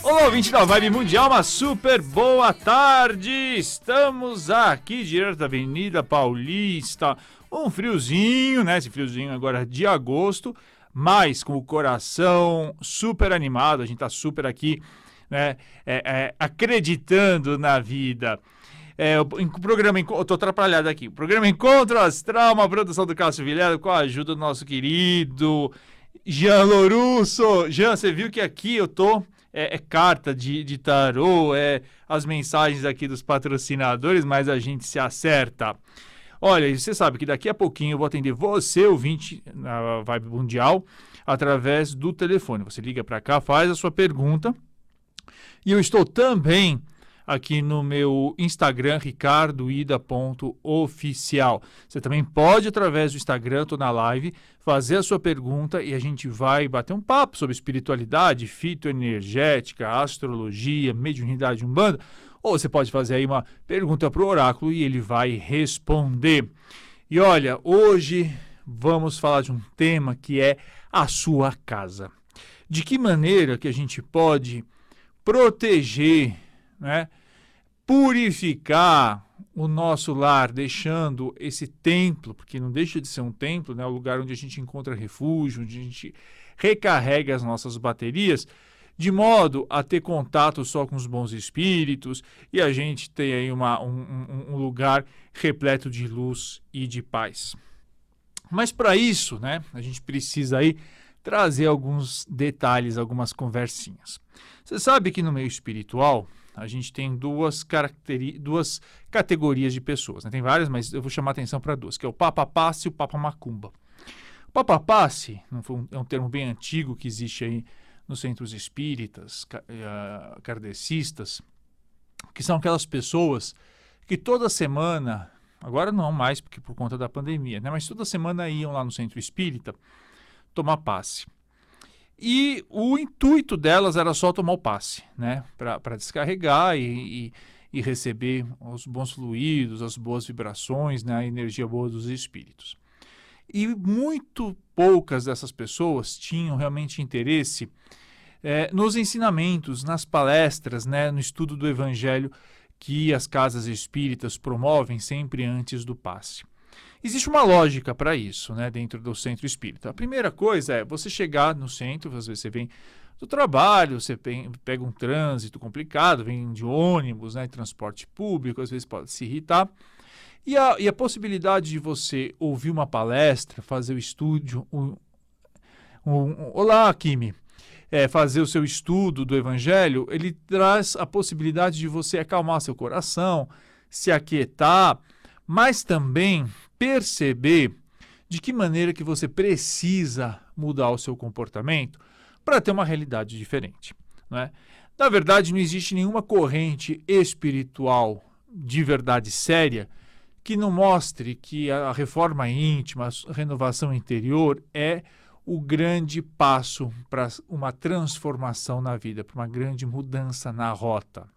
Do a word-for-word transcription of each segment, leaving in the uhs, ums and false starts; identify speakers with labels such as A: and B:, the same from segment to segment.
A: Olá, ouvinte da Vibe Mundial, uma super boa tarde! Estamos aqui direto da Avenida Paulista, um friozinho, né? Esse friozinho agora de agosto, mas com o coração super animado, a gente tá super aqui, né? É, é, acreditando na vida. É, o, o programa, eu tô atrapalhado aqui, o programa Encontro Astral, uma produção do Cássio Vilela, com a ajuda do nosso querido Jean Lorusso. Jean, você viu que aqui eu tô... É, é carta de, de tarô, é as mensagens aqui dos patrocinadores, mas a gente se acerta. Olha, você sabe que daqui a pouquinho eu vou atender você, ouvinte, na Vibe Mundial, através do telefone. Você liga para cá, faz a sua pergunta. E eu estou também aqui no meu Instagram, ricardo ida ponto oficial. Você também pode, através do Instagram, estou na live, fazer a sua pergunta e a gente vai bater um papo sobre espiritualidade, fitoenergética, astrologia, mediunidade umbanda. Ou você pode fazer aí uma pergunta para o oráculo e ele vai responder. E olha, hoje vamos falar de um tema que é a sua casa. De que maneira que a gente pode proteger, né, purificar o nosso lar, deixando esse templo, porque não deixa de ser um templo, né, o lugar onde a gente encontra refúgio, onde a gente recarrega as nossas baterias, de modo a ter contato só com os bons espíritos e a gente ter aí uma, um, um, um lugar repleto de luz e de paz. Mas para isso, né, a gente precisa aí trazer alguns detalhes, algumas conversinhas. Você sabe que no meio espiritual a gente tem duas, caracteri- duas categorias de pessoas, né? Tem várias, mas eu vou chamar a atenção para duas, que é o Papa Passe e o Papa Macumba. O Papa Passe é um termo bem antigo que existe aí nos centros espíritas, uh, kardecistas, que são aquelas pessoas que toda semana, agora não mais porque por conta da pandemia, né? Mas toda semana iam lá no centro espírita tomar passe. E o intuito delas era só tomar o passe, né? Para descarregar e, e, e receber os bons fluidos, as boas vibrações, né? A energia boa dos espíritos. E muito poucas dessas pessoas tinham realmente interesse é, nos ensinamentos, nas palestras, né? No estudo do evangelho que as casas espíritas promovem sempre antes do passe. Existe uma lógica para isso, né, dentro do centro espírita. A primeira coisa é você chegar no centro, às vezes você vem do trabalho, você pega um trânsito complicado, vem de ônibus, né, transporte público, às vezes pode se irritar. E a, e a possibilidade de você ouvir uma palestra, fazer o estúdio, um, um, um, olá, Kimi, é, fazer o seu estudo do evangelho, ele traz a possibilidade de você acalmar seu coração, se aquietar, mas também perceber de que maneira que você precisa mudar o seu comportamento para ter uma realidade diferente, né? Na verdade, não existe nenhuma corrente espiritual de verdade séria que não mostre que a reforma íntima, a renovação interior é o grande passo para uma transformação na vida, para uma grande mudança na rota.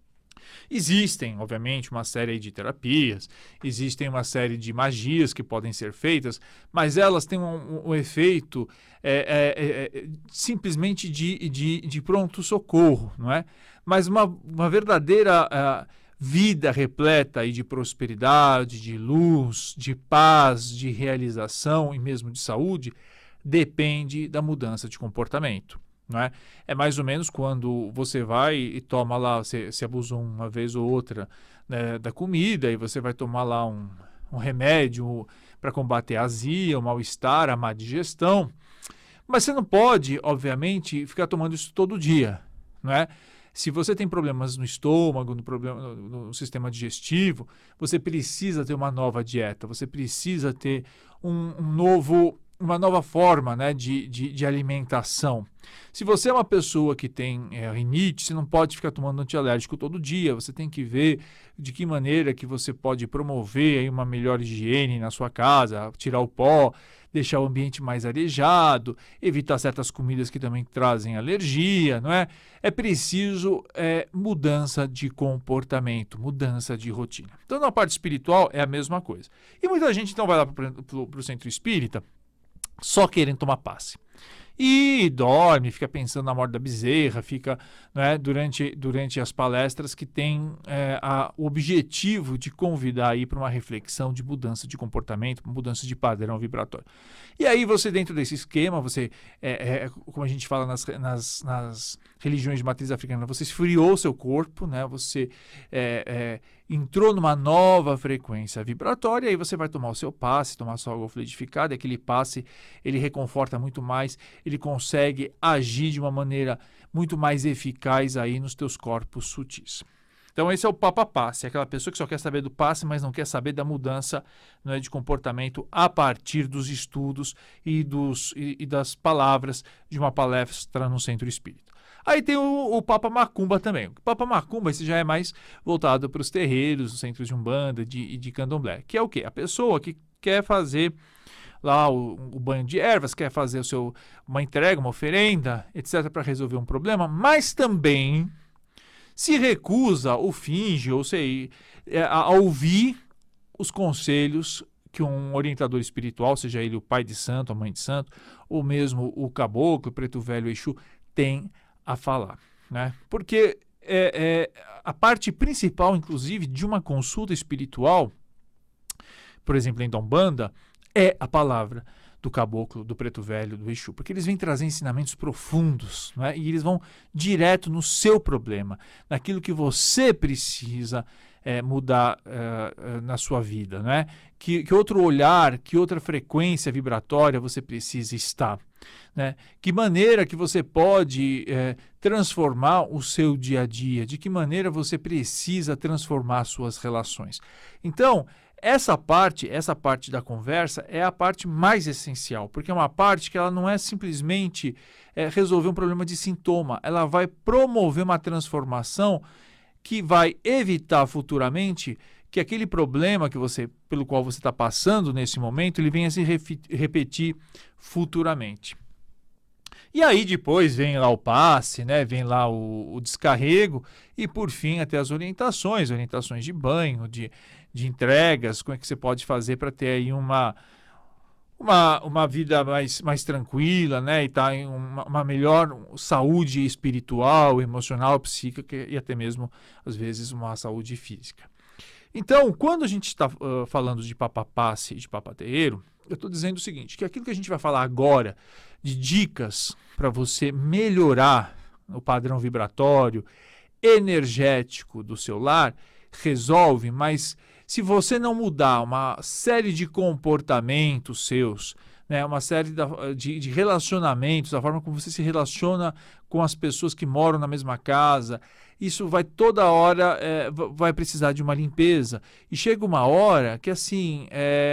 A: Existem, obviamente, uma série de terapias, existem uma série de magias que podem ser feitas, mas elas têm um, um, um efeito é, é, é, simplesmente de, de, de pronto-socorro, não é? Mas uma, uma verdadeira uh, vida repleta aí de prosperidade, de luz, de paz, de realização e mesmo de saúde, depende da mudança de comportamento. Não é? É mais ou menos quando você vai e toma lá, você, você abusou uma vez ou outra, né, da comida e você vai tomar lá um, um remédio para combater a azia, o mal-estar, a má digestão. Mas você não pode, obviamente, ficar tomando isso todo dia. Não é? Se você tem problemas no estômago, no, problema, no, no sistema digestivo, você precisa ter uma nova dieta, você precisa ter um, um novo... uma nova forma, né, de, de, de alimentação. Se você é uma pessoa que tem é, rinite, você não pode ficar tomando antialérgico todo dia, você tem que ver de que maneira que você pode promover aí uma melhor higiene na sua casa, tirar o pó, deixar o ambiente mais arejado, evitar certas comidas que também trazem alergia, não é? É preciso é, mudança de comportamento, mudança de rotina. Então, na parte espiritual é a mesma coisa. E muita gente então vai lá para o centro espírita só querendo tomar passe. E dorme, fica pensando na morte da bezerra, fica, né, durante, durante as palestras que tem é, a, o objetivo de convidar aí para uma reflexão de mudança de comportamento, mudança de padrão vibratório. E aí você, dentro desse esquema, você, é, é, como a gente fala nas, nas, nas religiões de matriz africana, você esfriou seu corpo, né, você é, é, entrou numa nova frequência vibratória, aí você vai tomar o seu passe, tomar sua água fluidificada, e aquele passe, ele reconforta muito mais, ele consegue agir de uma maneira muito mais eficaz aí nos teus corpos sutis. Então esse é o Papa Passe, é aquela pessoa que só quer saber do passe, mas não quer saber da mudança, não é, de comportamento a partir dos estudos e, dos, e, e das palavras de uma palestra no centro espírita. Aí tem o, o Papa Macumba também. O Papa Macumba, esse já é mais voltado para os terreiros, os centros de Umbanda e de, de Candomblé, que é o quê? A pessoa que quer fazer lá o, o banho de ervas, quer fazer o seu, uma entrega, uma oferenda, etcétera, para resolver um problema, mas também se recusa ou finge, ou sei, é, a ouvir os conselhos que um orientador espiritual, seja ele o pai de santo, a mãe de santo, ou mesmo o caboclo, o preto velho, o Exu, tem a falar, né? Porque é, é, a parte principal, inclusive, de uma consulta espiritual, por exemplo, em Umbanda, é a palavra do caboclo, do preto velho, do Exu, porque eles vêm trazer ensinamentos profundos, não é? E eles vão direto no seu problema, naquilo que você precisa é, mudar é, na sua vida, não é? Que, que outro olhar, que outra frequência vibratória você precisa estar, né? Que maneira que você pode é, transformar o seu dia a dia, de que maneira você precisa transformar suas relações. Então, Essa parte, essa parte da conversa é a parte mais essencial, porque é uma parte que ela não é simplesmente é, resolver um problema de sintoma, ela vai promover uma transformação que vai evitar futuramente que aquele problema que você, pelo qual você está passando nesse momento, ele venha a se repetir futuramente. E aí depois vem lá o passe, né? Vem lá o, o descarrego e, por fim, até as orientações, orientações de banho, de, de entregas, como é que você pode fazer para ter aí uma, uma, uma vida mais, mais tranquila, né? E estar tá em uma, uma melhor saúde espiritual, emocional, psíquica e até mesmo, às vezes, uma saúde física. Então, quando a gente está uh, falando de Papa Passe e de Papa Terreiro, eu estou dizendo o seguinte, que aquilo que a gente vai falar agora de dicas para você melhorar o padrão vibratório, energético do seu lar, resolve, mas se você não mudar uma série de comportamentos seus, né, uma série de, de relacionamentos, a forma como você se relaciona com as pessoas que moram na mesma casa, isso vai toda hora, é, vai precisar de uma limpeza. E chega uma hora que, assim,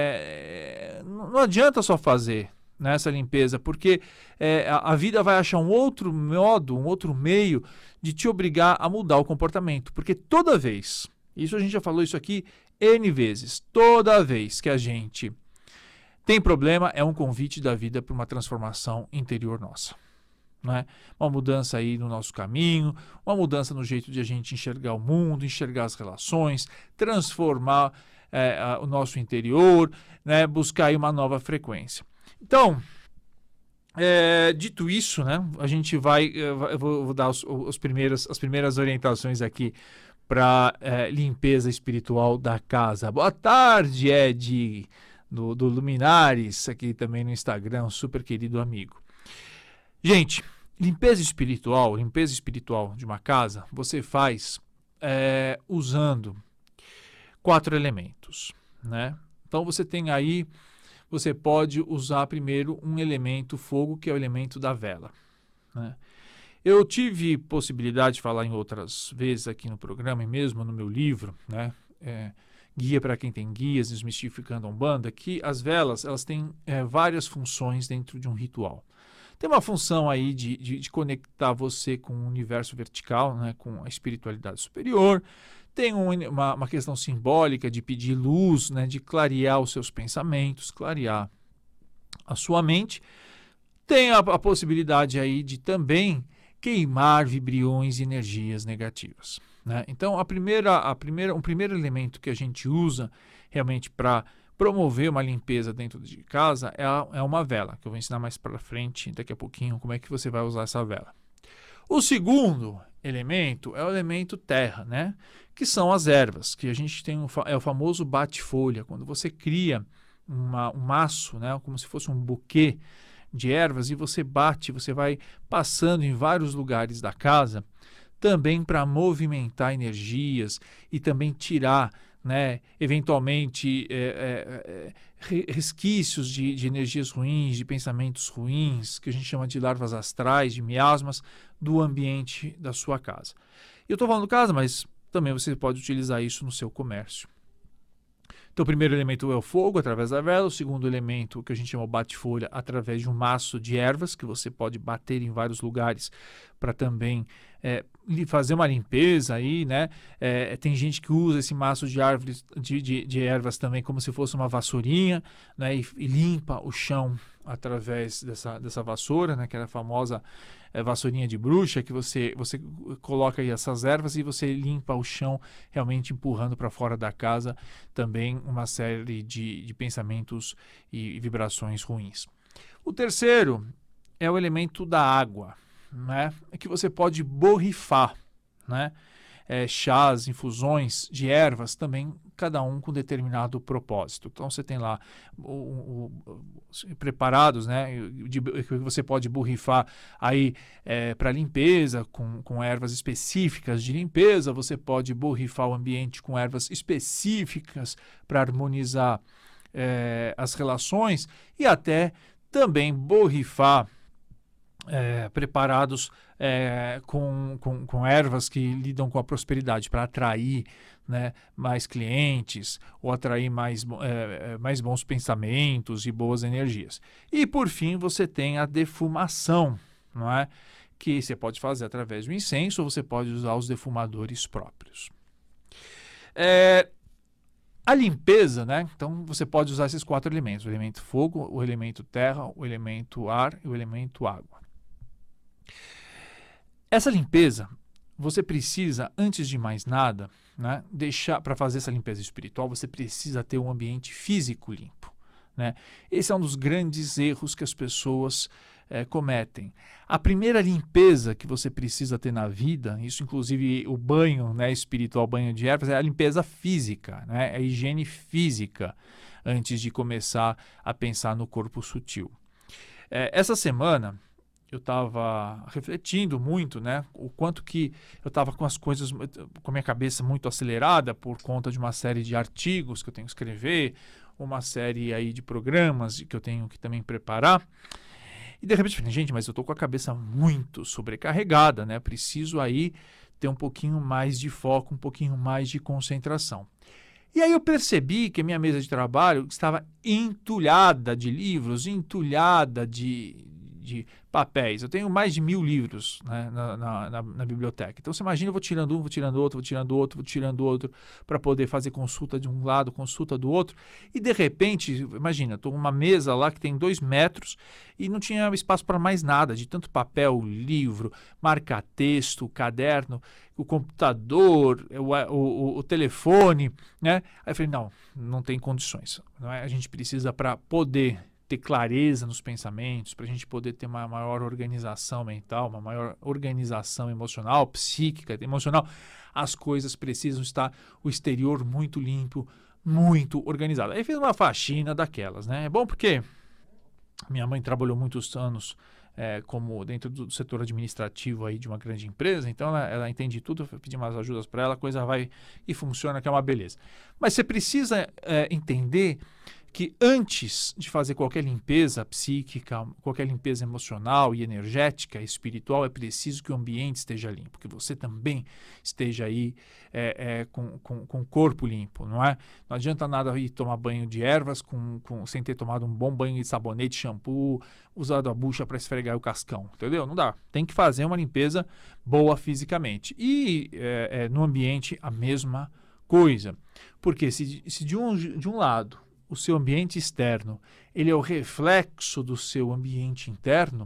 A: é, não adianta só fazer, né, essa limpeza, porque é, a, a vida vai achar um outro modo, um outro meio de te obrigar a mudar o comportamento. Porque toda vez, isso a gente já falou isso aqui N vezes, toda vez que a gente tem problema, é um convite da vida para uma transformação interior nossa. Né? Uma mudança aí no nosso caminho, uma mudança no jeito de a gente enxergar o mundo, enxergar as relações, transformar é, a, o nosso interior, né? Buscar aí uma nova frequência. Então, é, dito isso, né? A gente vai, eu vou, vou dar os, os primeiros, as primeiras orientações aqui para é, limpeza espiritual da casa. Boa tarde, Ed, do, do Luminares, aqui também no Instagram, um super querido amigo. Gente, limpeza espiritual, limpeza espiritual de uma casa, você faz é, usando quatro elementos, né? Então você tem aí, você pode usar primeiro um elemento fogo, que é o elemento da vela, né? Eu tive possibilidade de falar em outras vezes aqui no programa e mesmo no meu livro, né? É, Guia para quem tem guias, Desmistificando a Umbanda, que as velas elas têm é, várias funções dentro de um ritual. Tem uma função aí de, de, de conectar você com o universo vertical, né, com a espiritualidade superior. Tem um, uma, uma questão simbólica de pedir luz, né, de clarear os seus pensamentos, clarear a sua mente. Tem a, a possibilidade aí de também queimar vibriões e energias negativas, né? Então, a primeira, a primeira, um primeiro elemento que a gente usa realmente para promover uma limpeza dentro de casa é, a, é uma vela, que eu vou ensinar mais para frente, daqui a pouquinho, como é que você vai usar essa vela. O segundo elemento é o elemento terra, né? Que são as ervas, que a gente tem, um, é o famoso bate-folha, quando você cria uma, um maço, né? Como se fosse um buquê de ervas, e você bate, você vai passando em vários lugares da casa, também para movimentar energias e também tirar, né, eventualmente é, é, resquícios de, de energias ruins, de pensamentos ruins, que a gente chama de larvas astrais, de miasmas, do ambiente da sua casa. Eu estou falando casa, mas também você pode utilizar isso no seu comércio. Então, o primeiro elemento é o fogo, através da vela. O segundo elemento, que a gente chama de bate-folha, através de um maço de ervas, que você pode bater em vários lugares para também é, fazer uma limpeza aí, né? É, tem gente que usa esse maço de, árvores, de, de, de ervas também como se fosse uma vassourinha, né? E, e limpa o chão através dessa, dessa vassoura, né? Que era a famosa é, vassourinha de bruxa, que você, você coloca aí essas ervas e você limpa o chão, realmente empurrando para fora da casa também uma série de, de pensamentos e, e vibrações ruins. O terceiro é o elemento da água, né? É que você pode borrifar, né? É, chás, infusões de ervas também, cada um com determinado propósito. Então você tem lá o, o, o, preparados, né, de, que você pode borrifar aí é, para limpeza com, com ervas específicas de limpeza. Você pode borrifar o ambiente com ervas específicas para harmonizar é, as relações, e até também borrifar É, preparados é, com, com, com ervas que lidam com a prosperidade, para atrair, né, mais clientes ou atrair mais, é, mais bons pensamentos e boas energias. E, por fim, você tem a defumação, não é? Que você pode fazer através do incenso, ou você pode usar os defumadores próprios. É, a limpeza, né? Então, você pode usar esses quatro elementos: o elemento fogo, o elemento terra, o elemento ar e o elemento água. Essa limpeza, você precisa, antes de mais nada, né, deixar, para fazer essa limpeza espiritual, você precisa ter um ambiente físico limpo, né? Esse é um dos grandes erros que as pessoas é, cometem. A primeira limpeza que você precisa ter na vida, isso inclusive o banho, né, espiritual, banho de ervas, é a limpeza física, né, a higiene física, antes de começar a pensar no corpo sutil. É, essa semana eu estava refletindo muito, né, o quanto que eu estava com as coisas, com a minha cabeça muito acelerada por conta de uma série de artigos que eu tenho que escrever, uma série aí de programas que eu tenho que também preparar. E de repente eu falei, gente, mas eu estou com a cabeça muito sobrecarregada, né, preciso aí ter um pouquinho mais de foco, um pouquinho mais de concentração. E aí eu percebi que a minha mesa de trabalho estava entulhada de livros, entulhada de... de papéis. Eu tenho mais de mil livros, né, na, na, na, na biblioteca. Então, você imagina, eu vou tirando um, vou tirando outro, vou tirando outro, vou tirando outro, para poder fazer consulta de um lado, consulta do outro. E, de repente, imagina, estou numa mesa lá que tem dois metros e não tinha espaço para mais nada, de tanto papel, livro, marca-texto, caderno, o computador, o, o, o telefone, né? Aí eu falei, não, não tem condições. Não é? A gente precisa, para poder ter clareza nos pensamentos, para a gente poder ter uma maior organização mental, uma maior organização emocional, psíquica, emocional, as coisas precisam estar, o exterior muito limpo, muito organizado. Aí fiz uma faxina daquelas, né? É bom porque minha mãe trabalhou muitos anos é, como dentro do setor administrativo aí de uma grande empresa, então ela, ela entende tudo, eu pedi umas ajudas para ela, a coisa vai e funciona, que é uma beleza. Mas você precisa é, entender que antes de fazer qualquer limpeza psíquica, qualquer limpeza emocional e energética, espiritual, é preciso que o ambiente esteja limpo, que você também esteja aí é, é, com, com, com o corpo limpo, não é? Não adianta nada ir tomar banho de ervas com, com, sem ter tomado um bom banho de sabonete, shampoo, usado a bucha para esfregar o cascão, entendeu? Não dá. Tem que fazer uma limpeza boa fisicamente. E é, é, no ambiente a mesma coisa. Porque se, se de, um, de um lado o seu ambiente externo, ele é o reflexo do seu ambiente interno,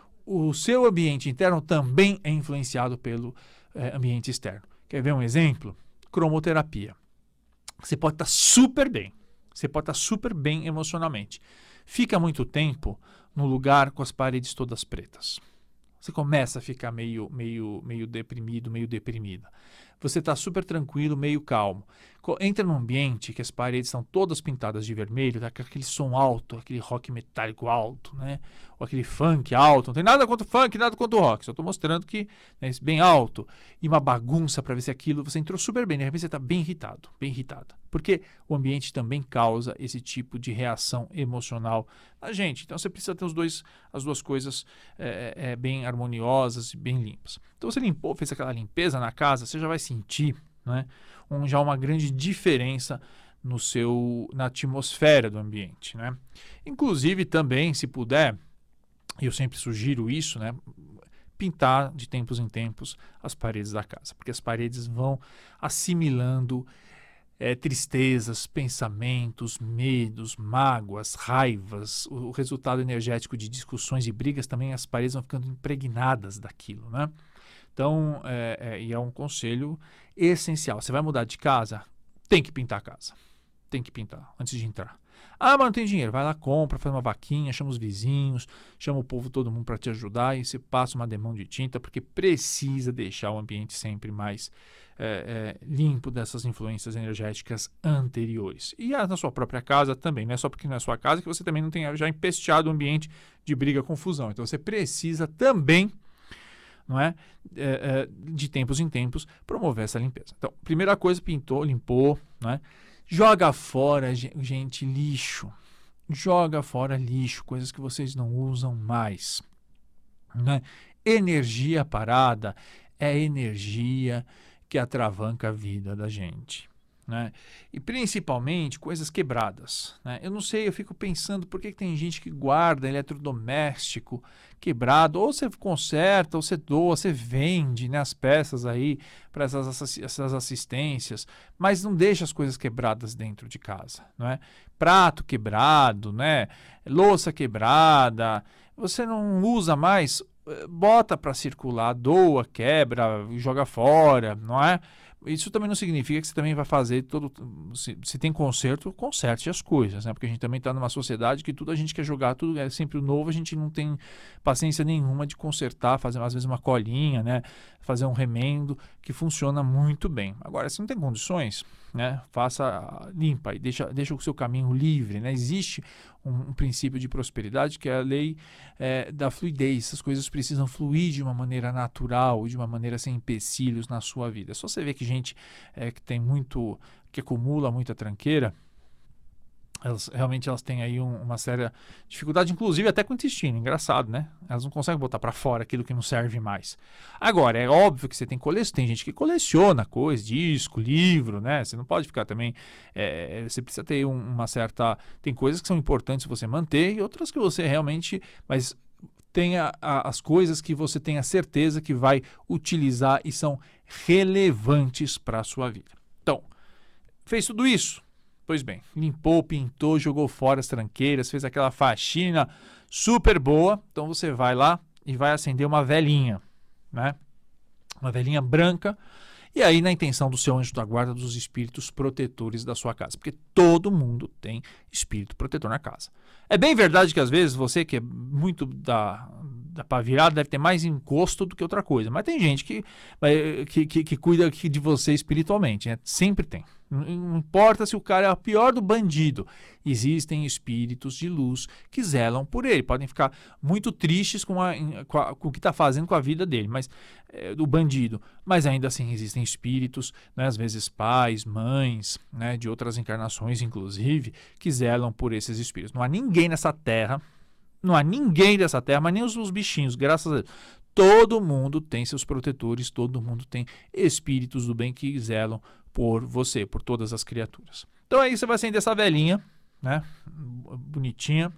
A: o seu ambiente interno também é influenciado pelo é, ambiente externo. Quer ver um exemplo? Cromoterapia. Você pode estar super bem, Você pode estar super bem emocionalmente. Fica muito tempo no lugar com as paredes todas pretas. Você começa a ficar meio, meio, meio deprimido, meio deprimida. Você está super tranquilo, meio calmo. Entra num ambiente que as paredes estão todas pintadas de vermelho, tá? Aquele som alto, aquele rock metálico alto, né? Ou aquele funk alto. Não tem nada contra o funk, nada contra o rock. Só estou mostrando que é bem alto. E uma bagunça para ver se aquilo... Você entrou super bem, de repente você está bem irritado, bem irritada. Porque o ambiente também causa esse tipo de reação emocional na gente. Então você precisa ter os dois, as duas coisas é, é, bem harmoniosas e bem limpas. Então você limpou, fez aquela limpeza na casa, você já vai sentir, né, um, já uma grande diferença no seu, na atmosfera do ambiente, né? Inclusive também, se puder, eu sempre sugiro isso, né, pintar de tempos em tempos as paredes da casa, porque as paredes vão assimilando é, tristezas, pensamentos, medos, mágoas, raivas, o, o resultado energético de discussões e brigas também, as paredes vão ficando impregnadas daquilo, né? Então, é, é, e é um conselho essencial. Você vai mudar de casa? Tem que pintar a casa. Tem que pintar antes de entrar. Ah, mas não tem dinheiro. Vai lá, compra, faz uma vaquinha, chama os vizinhos, chama o povo, todo mundo para te ajudar e você passa uma demão de tinta, porque precisa deixar o ambiente sempre mais é, é, limpo dessas influências energéticas anteriores. E na sua própria casa também. Não é só porque não é sua casa que você também não tenha já empesteado o ambiente de briga, confusão. Então, você precisa também, não é? É, é, de tempos em tempos, promover essa limpeza. Então, primeira coisa, pintou, limpou, não é? Joga fora, gente, lixo. Joga fora lixo, coisas que vocês não usam mais, né? Energia parada é energia que atravanca a vida da gente, né? E principalmente coisas quebradas, né? Eu não sei, eu fico pensando por que, que tem gente que guarda eletrodoméstico quebrado, ou você conserta, ou você doa, você vende, né, as peças aí para essas, essas assistências, mas não deixa as coisas quebradas dentro de casa, não é? Prato quebrado, né? Louça quebrada, você não usa mais, bota para circular, doa, quebra, joga fora, não é? Isso também não significa que você também vai fazer todo... Se, se tem conserto, conserte as coisas, né? Porque a gente também está numa sociedade que tudo a gente quer jogar, tudo é sempre o novo, a gente não tem paciência nenhuma de consertar, fazer às vezes uma colinha, né? Fazer um remendo, que funciona muito bem. Agora, se não tem condições, né? Faça, limpa e deixa, deixa o seu caminho livre, né? Existe um, um princípio de prosperidade que é a lei é, da fluidez. As coisas precisam fluir de uma maneira natural, de uma maneira sem empecilhos na sua vida. É só você ver que gente é, que tem muito, que acumula muita tranqueira, elas, realmente elas têm aí um, uma séria dificuldade, inclusive até com o intestino, engraçado, né? Elas não conseguem botar para fora aquilo que não serve mais. Agora, é óbvio que você tem coleciona, tem gente que coleciona coisa, disco, livro, né? Você não pode ficar também, é, você precisa ter um, uma certa, tem coisas que são importantes você manter e outras que você realmente, mas tenha a, as coisas que você tenha certeza que vai utilizar e são relevantes para a sua vida. Então, fez tudo isso? Pois bem, limpou, pintou, jogou fora as tranqueiras, fez aquela faxina super boa. Então você vai lá e vai acender uma velinha, né? Uma velinha branca. E aí na intenção do seu anjo da guarda, dos espíritos protetores da sua casa. Porque todo mundo tem espírito protetor na casa. É bem verdade que às vezes você que é muito da, da pá virada deve ter mais encosto do que outra coisa. Mas tem gente que, que, que, que cuida de você espiritualmente, né? Sempre tem. Não importa se o cara é o pior do bandido. Existem espíritos de luz que zelam por ele. Podem ficar muito tristes com, a, com, a, com o que está fazendo com a vida dele, mas é, do bandido. Mas ainda assim existem espíritos, né, às vezes pais, mães, né, de outras encarnações, inclusive, que zelam por esses espíritos. Não há ninguém nessa terra, não há ninguém dessa terra, mas nem os, os bichinhos, graças a Deus. Todo mundo tem seus protetores, todo mundo tem espíritos do bem que zelam por você, por todas as criaturas. Então aí você vai acender essa velinha, né, bonitinha,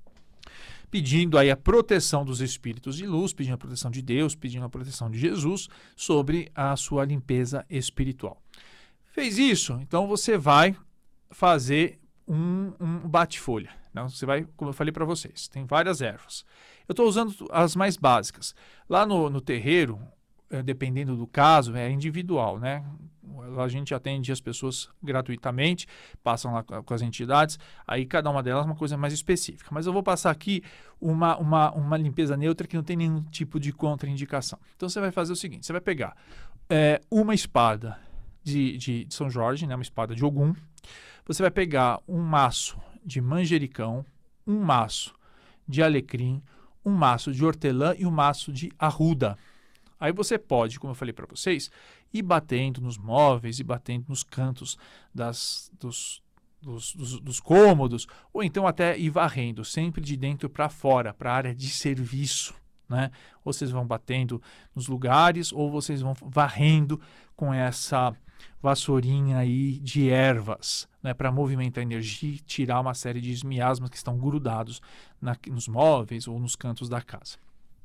A: pedindo aí a proteção dos espíritos de luz, pedindo a proteção de Deus, pedindo a proteção de Jesus sobre a sua limpeza espiritual. Fez isso, então você vai fazer um, um bate-folha. Não, você vai, como eu falei para vocês, tem várias ervas. Eu estou usando as mais básicas. Lá no, no terreiro, dependendo do caso, é individual, né? A gente atende as pessoas gratuitamente, passam lá com as entidades, aí cada uma delas é uma coisa mais específica. Mas eu vou passar aqui uma, uma, uma limpeza neutra que não tem nenhum tipo de contraindicação. Então você vai fazer o seguinte, você vai pegar é, uma espada de, de, de São Jorge, né, uma espada de Ogum, você vai pegar um maço de manjericão, um maço de alecrim, um maço de hortelã e um maço de arruda. Aí você pode, como eu falei para vocês, ir batendo nos móveis, ir batendo nos cantos das, dos, dos, dos, dos cômodos, ou então até ir varrendo, sempre de dentro para fora, para a área de serviço, né? Ou vocês vão batendo nos lugares, ou vocês vão varrendo com essa vassourinha aí de ervas, né? Para movimentar a energia e tirar uma série de miasmas que estão grudados na, nos móveis ou nos cantos da casa.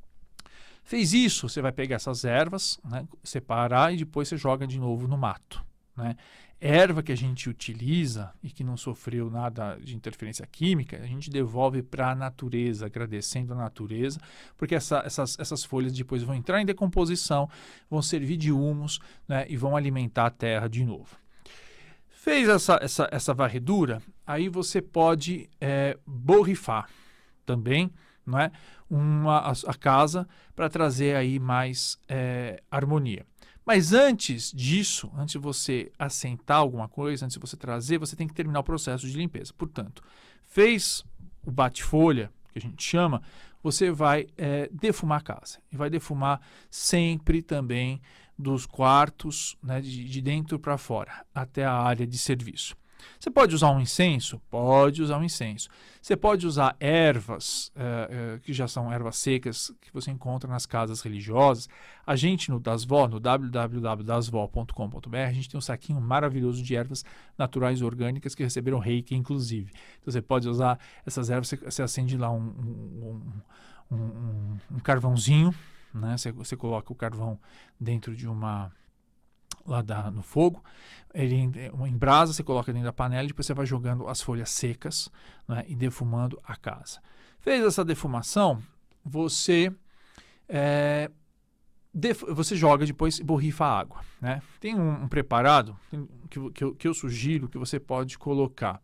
A: Fez isso, você vai pegar essas ervas, né, separar e depois você joga de novo no mato, né? Erva que a gente utiliza e que não sofreu nada de interferência química, a gente devolve para a natureza, agradecendo a natureza, porque essa, essas, essas folhas depois vão entrar em decomposição, vão servir de humus, né, e vão alimentar a terra de novo. Fez essa, essa, essa varredura, aí você pode é, borrifar também, não é? Uma, a, a casa para trazer aí mais é, harmonia. Mas antes disso, antes de você assentar alguma coisa, antes de você trazer, você tem que terminar o processo de limpeza. Portanto, fez o bate-folha, que a gente chama, você vai é, defumar a casa. E vai defumar sempre também dos quartos, né, de, de dentro para fora, até a área de serviço. Você pode usar um incenso? Pode usar um incenso. Você pode usar ervas, uh, uh, que já são ervas secas, que você encontra nas casas religiosas. A gente, no Dasvó, no w w w ponto dasvó ponto com ponto b r, a gente tem um saquinho maravilhoso de ervas naturais orgânicas que receberam reiki, inclusive. Então, você pode usar essas ervas, você, você acende lá um, um, um, um, um carvãozinho, né? Você, você coloca o carvão dentro de uma... lá da, no fogo, ele em brasa, você coloca dentro da panela e depois você vai jogando as folhas secas, né, e defumando a casa. Fez essa defumação, você é, def, você joga depois e borrifa a água, né? Tem um, um preparado que, que, eu, que eu sugiro que você pode colocar.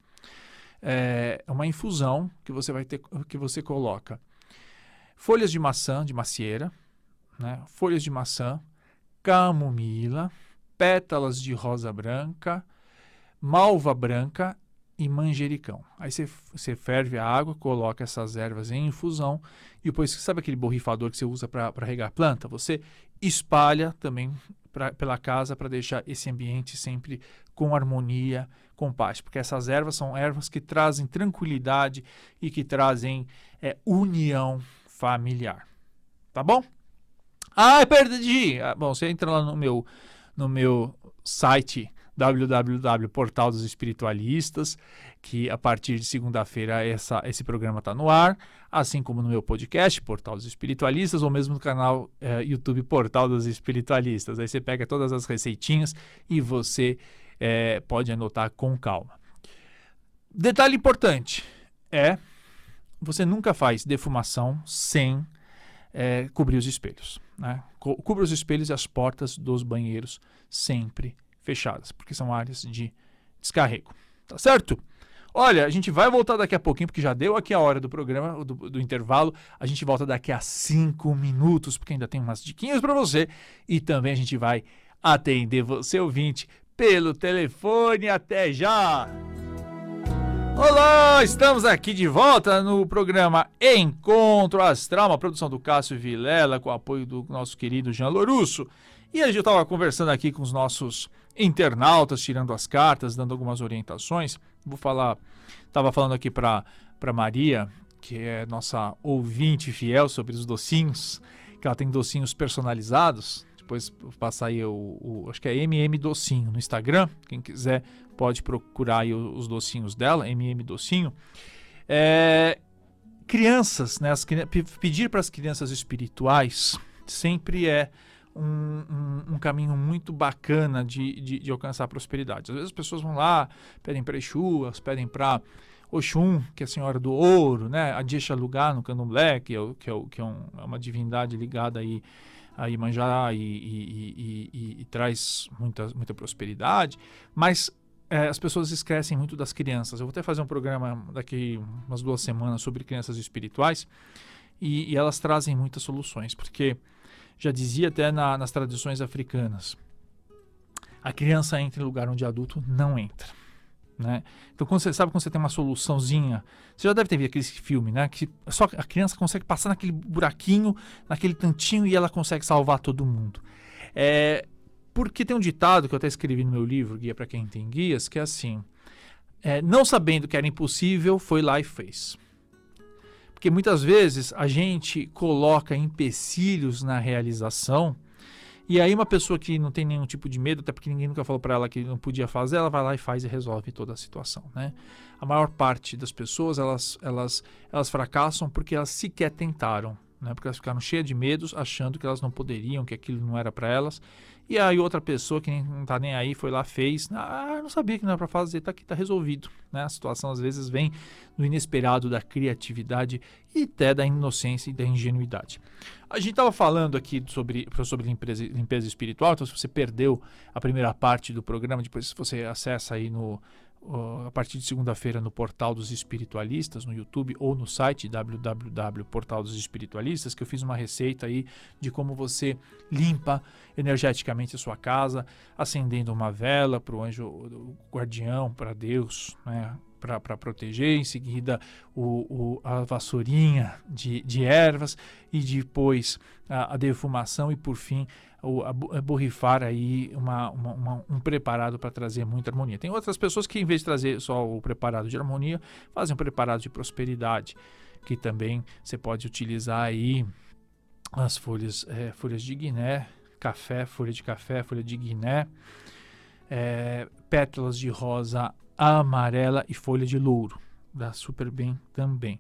A: É uma infusão que você vai ter, que você coloca folhas de maçã, de macieira, né, folhas de maçã, camomila, pétalas de rosa branca, malva branca e manjericão. Aí você, você ferve a água, coloca essas ervas em infusão e depois, sabe aquele borrifador que você usa para regar planta? Você espalha também pra, pela casa para deixar esse ambiente sempre com harmonia, com paz. Porque essas ervas são ervas que trazem tranquilidade e que trazem é, união familiar. Tá bom? Ah, perdi! Ah, bom, você entra lá no meu... no meu site w w w ponto portal dos espiritualistas, que a partir de segunda-feira essa, esse programa está no ar, assim como no meu podcast, Portal dos Espiritualistas, ou mesmo no canal eh, YouTube Portal dos Espiritualistas. Aí você pega todas as receitinhas e você eh, pode anotar com calma. Detalhe importante é, você nunca faz defumação sem É, cobrir os espelhos, né? Co cubra os espelhos e as portas dos banheiros sempre fechadas, porque são áreas de descarrego, tá certo? Olha, a gente vai voltar daqui a pouquinho, porque já deu aqui a hora do programa, do, do intervalo. A gente volta daqui a cinco minutos, porque ainda tem umas diquinhas para você. E também a gente vai atender você, ouvinte, pelo telefone. Até já! Olá, estamos aqui de volta no programa Encontro Astral, uma produção do Cássio Vilela, com o apoio do nosso querido Jean Lorusso. E a gente estava conversando aqui com os nossos internautas, tirando as cartas, dando algumas orientações. Vou falar, estava falando aqui para para Maria, que é nossa ouvinte fiel, sobre os docinhos, que ela tem docinhos personalizados. Depois passar aí o, o, acho que é M M Docinho no Instagram, quem quiser pode procurar aí os, os docinhos dela, M M Docinho. É, crianças, né, as, pedir para as crianças espirituais sempre é um, um, um caminho muito bacana de, de, de alcançar a prosperidade. Às vezes as pessoas vão lá, pedem para Exu, pedem para Oxum, que é a Senhora do Ouro, né, a Diexa Lugá no Candomblé, que, é, que, é, que é, um, é uma divindade ligada aí a Iemanjá e, e, e, e, e traz muita, muita prosperidade, mas é, as pessoas esquecem muito das crianças. Eu vou até fazer um programa daqui umas duas semanas sobre crianças espirituais e, e elas trazem muitas soluções, porque já dizia até na, nas tradições africanas, a criança entra em lugar onde adulto não entra. Né? Então, quando você sabe quando você tem uma soluçãozinha, você já deve ter visto aquele filme, né? Que só a criança consegue passar naquele buraquinho, naquele tantinho e ela consegue salvar todo mundo. É, porque tem um ditado que eu até escrevi no meu livro, Guia para Quem Tem Guias, que é assim: é, não sabendo que era impossível, foi lá e fez. Porque muitas vezes a gente coloca empecilhos na realização. E aí uma pessoa que não tem nenhum tipo de medo, até porque ninguém nunca falou para ela que não podia fazer, ela vai lá e faz e resolve toda a situação, né? A maior parte das pessoas, elas, elas, elas fracassam porque elas sequer tentaram, né? Porque elas ficaram cheias de medos, achando que elas não poderiam, que aquilo não era para elas. E aí outra pessoa que nem, não tá nem aí, foi lá, fez. Ah, não sabia que não era para fazer, tá aqui, tá resolvido, né? A situação às vezes vem do inesperado, da criatividade e até da inocência e da ingenuidade. A gente estava falando aqui sobre, sobre limpeza, limpeza espiritual, então se você perdeu a primeira parte do programa, depois você acessa aí no, uh, a partir de segunda-feira no Portal dos Espiritualistas, no YouTube ou no site w w w ponto portal dos espiritualistas, que eu fiz uma receita aí de como você limpa energeticamente a sua casa, acendendo uma vela para o anjo guardião, para Deus, né? Para proteger, em seguida o, o, a vassourinha de, de ervas e depois a, a defumação e por fim o, a, a borrifar aí uma, uma, uma, um preparado para trazer muita harmonia. Tem outras pessoas que em vez de trazer só o preparado de harmonia, fazem um preparado de prosperidade, que também você pode utilizar aí as folhas, é, folhas de guiné, café, folha de café, folha de guiné, é, pétalas de rosa amarela e folha de louro. Dá super bem também.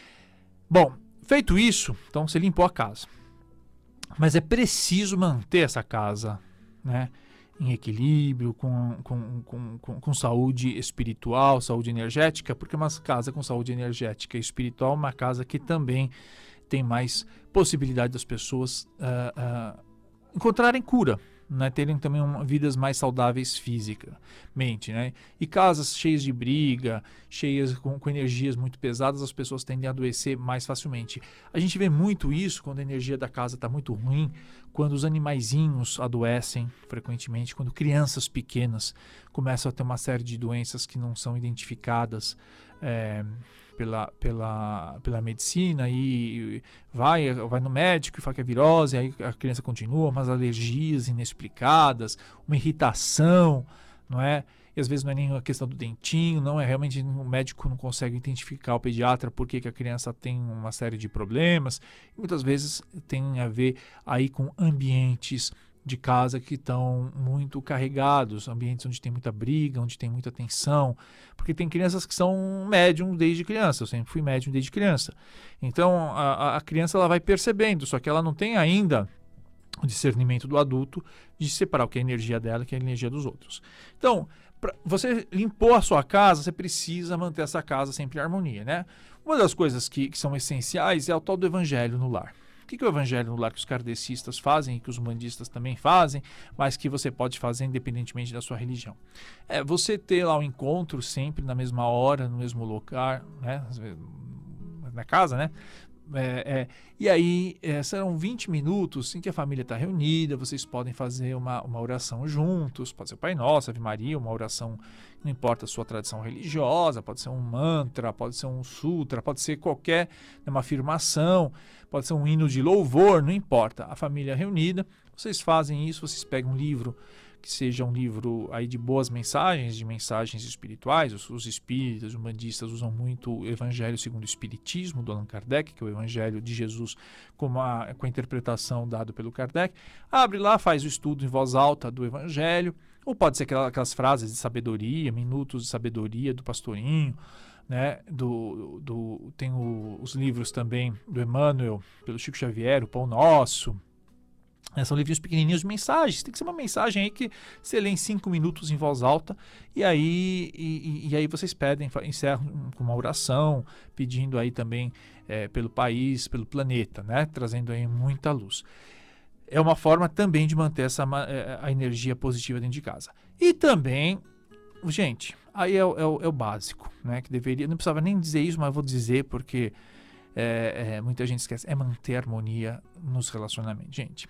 A: Bom, feito isso, então você limpou a casa. Mas é preciso manter essa casa, né, em equilíbrio, com, com, com, com, com saúde espiritual, saúde energética, porque uma casa com saúde energética e espiritual é uma casa que também tem mais possibilidade das pessoas uh, uh, encontrarem cura, né, terem também uma, vidas mais saudáveis fisicamente, né? E casas cheias de briga, cheias com, com energias muito pesadas, as pessoas tendem a adoecer mais facilmente. A gente vê muito isso quando a energia da casa está muito ruim, quando os animaizinhos adoecem frequentemente, quando crianças pequenas começam a ter uma série de doenças que não são identificadas é, pela, pela, pela medicina e vai, vai no médico e fala que é virose, aí a criança continua, umas alergias inexplicadas, uma irritação, não é? E às vezes não é nem a questão do dentinho, não é realmente o médico não consegue identificar, o pediatra, por que que a criança tem uma série de problemas. E muitas vezes tem a ver aí com ambientes de casa que estão muito carregados, ambientes onde tem muita briga, onde tem muita tensão, porque tem crianças que são médium desde criança, eu sempre fui médium desde criança. Então a, a criança ela vai percebendo, só que ela não tem ainda o discernimento do adulto de separar o que é a energia dela e o que é a energia dos outros. Então, pra, você limpou a sua casa, você precisa manter essa casa sempre em harmonia, né? Uma das coisas que, que são essenciais é o tal do evangelho no lar. O que, que é o evangelho no lar que os kardecistas fazem e que os umbandistas também fazem, mas que você pode fazer independentemente da sua religião? É você ter lá um encontro sempre na mesma hora, no mesmo lugar, né? Na casa, né? É, é, e aí é, serão vinte minutos em que a família está reunida, vocês podem fazer uma, uma oração juntos, pode ser o Pai Nosso, Ave Maria, uma oração, não importa a sua tradição religiosa, pode ser um mantra, pode ser um sutra, pode ser qualquer, uma afirmação, pode ser um hino de louvor, não importa. A família reunida, vocês fazem isso, vocês pegam um livro que seja um livro aí de boas mensagens, de mensagens espirituais. Os, os espíritas, os umbandistas usam muito o Evangelho segundo o Espiritismo, do Allan Kardec, que é o Evangelho de Jesus com a, com a interpretação dada pelo Kardec. Abre lá, faz o estudo em voz alta do Evangelho, ou pode ser aquelas, aquelas frases de sabedoria, minutos de sabedoria do Pastorinho, né? do, do, tem o, os livros também do Emmanuel, pelo Chico Xavier, o Pão Nosso. É, são livrinhos pequenininhos de mensagens. Tem que ser uma mensagem aí que você lê em cinco minutos em voz alta e aí, e, e aí vocês pedem, encerram com uma oração, pedindo aí também é, pelo país, pelo planeta, né? Trazendo aí muita luz. é uma forma também de manter essa, a energia positiva dentro de casa. E também, gente, aí é, o- é o- é o básico, né? Que deveria, não precisava nem dizer isso, mas eu vou dizer porque é, é, muita gente esquece, é manter harmonia nos relacionamentos. Gente,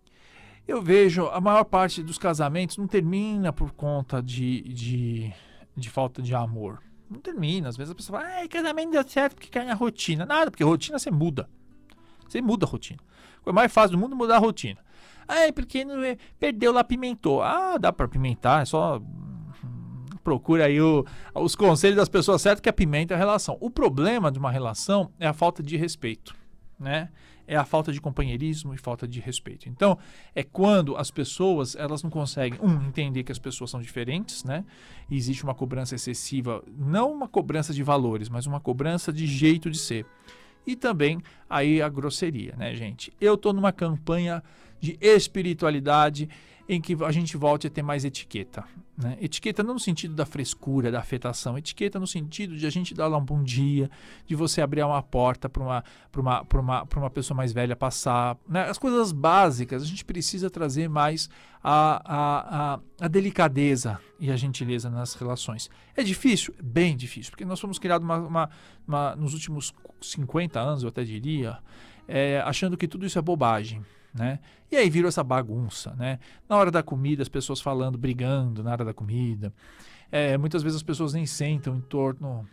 A: eu vejo a maior parte dos casamentos não termina por conta de, de, de falta de amor. Não termina. Às vezes a pessoa fala, ah, casamento deu certo porque cai na rotina. Nada, porque rotina você muda. Você muda a rotina. A coisa mais fácil do mundo é mudar a rotina. Ah, é porque não é, perdeu lá, pimentou. Ah, dá pra pimentar, é só hum, procura aí o, os conselhos das pessoas certas que apimenta a relação. O problema de uma relação é a falta de respeito, né? É a falta de companheirismo e falta de respeito. Então, é quando as pessoas, elas não conseguem, um, entender que as pessoas são diferentes, né? E existe uma cobrança excessiva, não uma cobrança de valores, mas uma cobrança de jeito de ser. E também aí a grosseria, né, gente? Eu tô numa campanha de espiritualidade em que a gente volte a ter mais etiqueta, né? Etiqueta não no sentido da frescura, da afetação, etiqueta no sentido de a gente dar lá um bom dia, de você abrir uma porta para uma, para uma, para uma, para uma pessoa mais velha passar, né? As coisas básicas, a gente precisa trazer mais a, a, a, a delicadeza e a gentileza nas relações. É difícil? Bem difícil, porque nós fomos criados uma, uma, uma, nos últimos cinquenta anos, eu até diria, é, achando que tudo isso é bobagem, né? E aí virou essa bagunça, né? Na hora da comida, as pessoas falando, brigando na hora da comida. É, muitas vezes as pessoas nem sentam em torno,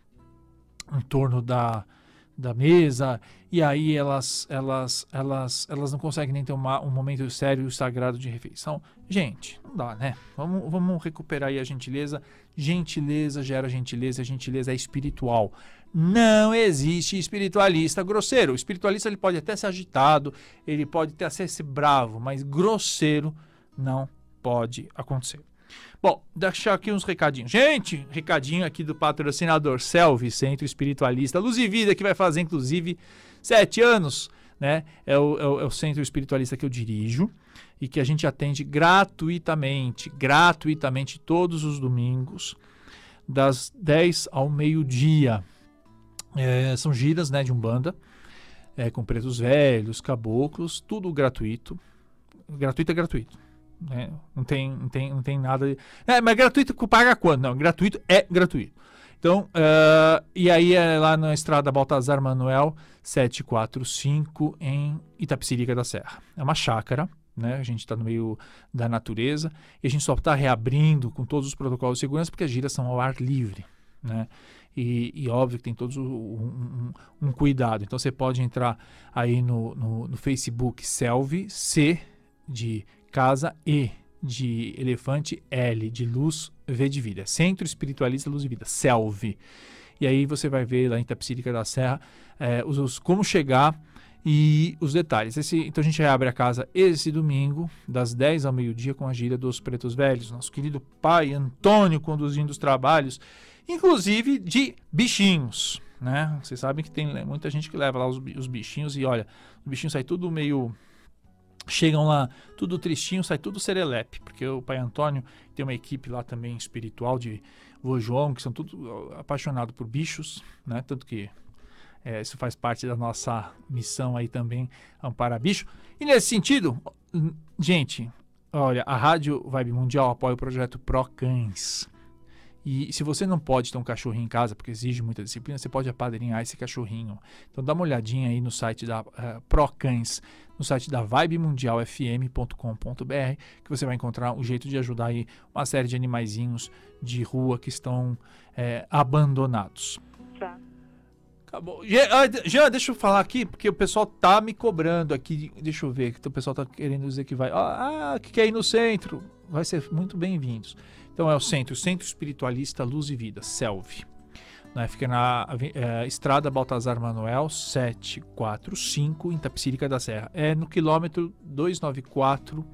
A: em torno da, da mesa, e aí elas, elas, elas, elas não conseguem nem ter uma, um momento sério e sagrado de refeição. Gente, não dá, né? Vamos, vamos recuperar aí a gentileza. Gentileza gera gentileza, a gentileza é espiritual. Não existe espiritualista grosseiro. O espiritualista ele pode até ser agitado, ele pode até ser bravo, mas grosseiro não pode acontecer. Bom, deixar aqui uns recadinhos. Gente, recadinho aqui do patrocinador Selvi, Centro Espiritualista Luz e Vida, que vai fazer inclusive sete anos, né? É o, é o, é o centro espiritualista que eu dirijo e que a gente atende gratuitamente, gratuitamente todos os domingos, das dez ao meio-dia. É, são giras, né, de Umbanda, é, com pretos velhos, caboclos, tudo gratuito. Gratuito é gratuito. Né? Não, tem, não, tem, não tem nada. De... É, mas gratuito paga quando? Não, gratuito é gratuito. Então, uh, e aí é lá na estrada Baltazar Manuel setecentos e quarenta e cinco, em Itapecerica da Serra. É uma chácara, né? A gente está no meio da natureza e a gente só está reabrindo com todos os protocolos de segurança porque as giras são ao ar livre, né? E, e óbvio que tem todos um, um, um cuidado. Então você pode entrar aí no, no, no Facebook Selvi, C de casa, E de elefante, L de luz, V de vida. Centro Espiritualista Luz e Vida, Selvi. E aí você vai ver lá em Itapecerica da Serra é, os, os, como chegar e os detalhes. Esse, então a gente reabre a casa esse domingo, das dez ao meio-dia, com a gira dos Pretos Velhos. Nosso querido pai Antônio conduzindo os trabalhos, inclusive de bichinhos, né? Vocês sabem que tem muita gente que leva lá os, os bichinhos e olha, os bichinhos saem tudo meio... Chegam lá tudo tristinho, sai tudo serelepe, porque o pai Antônio tem uma equipe lá também espiritual de vô João, que são tudo apaixonados por bichos, né? Tanto que é, isso faz parte da nossa missão aí também, amparar bicho. E nesse sentido, gente, olha, a Rádio Vibe Mundial apoia o projeto Pro Cães. E se você não pode ter um cachorrinho em casa, porque exige muita disciplina, você pode apadrinhar esse cachorrinho. Então dá uma olhadinha aí no site da uh, Pro Cães, no site da vibe mundial f m ponto com ponto b r, que você vai encontrar um jeito de ajudar aí uma série de animaizinhos de rua que estão é, abandonados.
B: Tá.
A: Acabou. Já, deixa eu falar aqui, porque o pessoal tá me cobrando aqui. Deixa eu ver, que o pessoal tá querendo dizer que vai. Ah, que quer ir no centro. Vai ser muito bem-vindos. Então é o centro, Centro Espiritualista Luz e Vida, Selvi. Né, fica na é, estrada Baltazar Manuel setecentos e quarenta e cinco, em Itapecerica da Serra. É no quilômetro duzentos e noventa e quatro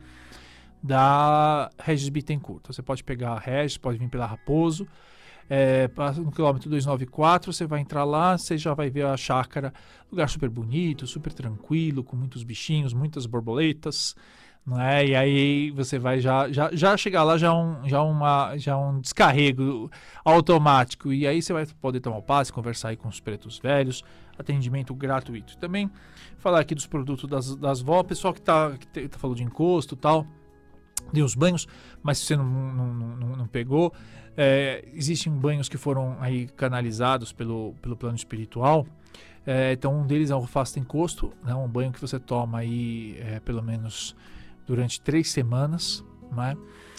A: da Regis Bittencourt. Então, você pode pegar a Regis, pode vir pela Raposo. É, no quilômetro duzentos e noventa e quatro, você vai entrar lá, você já vai ver a chácara. Lugar super bonito, super tranquilo, com muitos bichinhos, muitas borboletas. Não é? E aí você vai já, já, já chegar lá, já um, já, uma, já um descarrego automático. E aí você vai poder tomar o passe, conversar aí com os pretos velhos. atendimento gratuito. Também falar aqui dos produtos das, das vó, pessoal que tá, que te, tá falando de encosto e tal, deu os banhos, mas se você não, não, não, não pegou, é, existem banhos que foram aí canalizados pelo, pelo plano espiritual. É, então um deles é o afasta encosto, né, um banho que você toma aí é, pelo menos durante três semanas, né?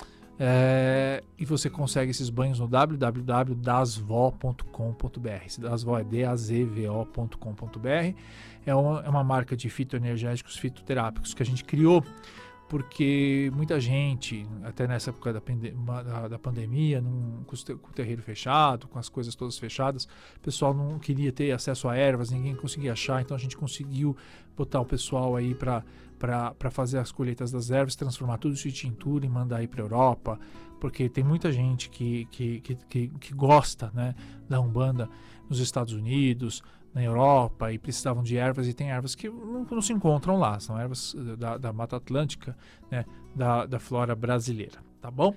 A: É, e você consegue esses banhos no w w w ponto dasvó ponto com ponto b r. Dasvó é D A Z V O ponto com ponto b r. É uma, é uma marca de fitoenergéticos fitoterápicos que a gente criou porque muita gente, até nessa época da, da, da pandemia, num, com, o, com o terreiro fechado, com as coisas todas fechadas, o pessoal não queria ter acesso a ervas, ninguém conseguia achar, então a gente conseguiu botar o pessoal aí para para fazer as colheitas das ervas, transformar tudo isso em tintura e mandar aí para a Europa, porque tem muita gente que, que, que, que, que gosta, né, da Umbanda nos Estados Unidos, na Europa, e precisavam de ervas, e tem ervas que não, não se encontram lá, são ervas da, da Mata Atlântica, né, da, da flora brasileira, tá bom?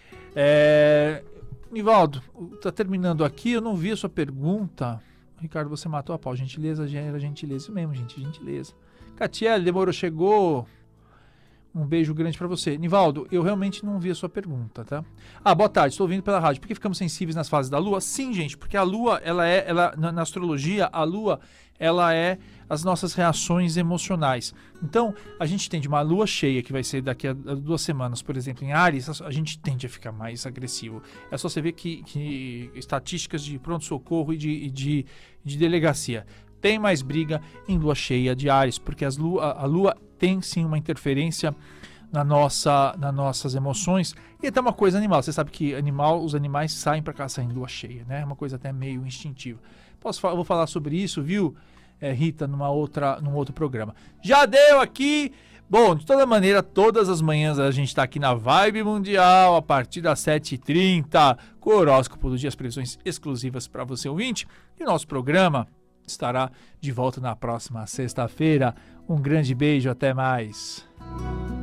A: É, Nivaldo, tá terminando aqui, eu não vi a sua pergunta. Ricardo, você matou a pau, gentileza, era gentileza, isso mesmo, gente, gentileza. Catiele, demorou, chegou. Um beijo grande para você. Nivaldo, eu realmente não vi a sua pergunta, tá? Ah, boa tarde, estou ouvindo pela rádio. Por que ficamos sensíveis nas fases da Lua? Sim, gente, porque a Lua, ela é, ela, na, na astrologia, a Lua, ela é as nossas reações emocionais. Então, a gente tem de uma Lua cheia, que vai ser daqui a duas semanas, por exemplo, em Áries, a gente tende a ficar mais agressivo. É só você ver que, que estatísticas de pronto-socorro e de, e de, de delegacia. Tem mais briga em lua cheia de Áries, porque as lua, a lua tem sim uma interferência na nossa, nas nossas emoções. E até uma coisa animal, você sabe que animal, os animais saem para caçar em lua cheia, né? É uma coisa até meio instintiva. Posso, eu vou falar sobre isso, viu, é, Rita, numa outra, num outro programa. Já deu aqui! Bom, de toda maneira, todas as manhãs a gente está aqui na Vibe Mundial, a partir das sete e trinta, com o horóscopo do dia, as previsões exclusivas para você ouvinte. E o nosso programa estará de volta na próxima sexta-feira. Um grande beijo, até mais.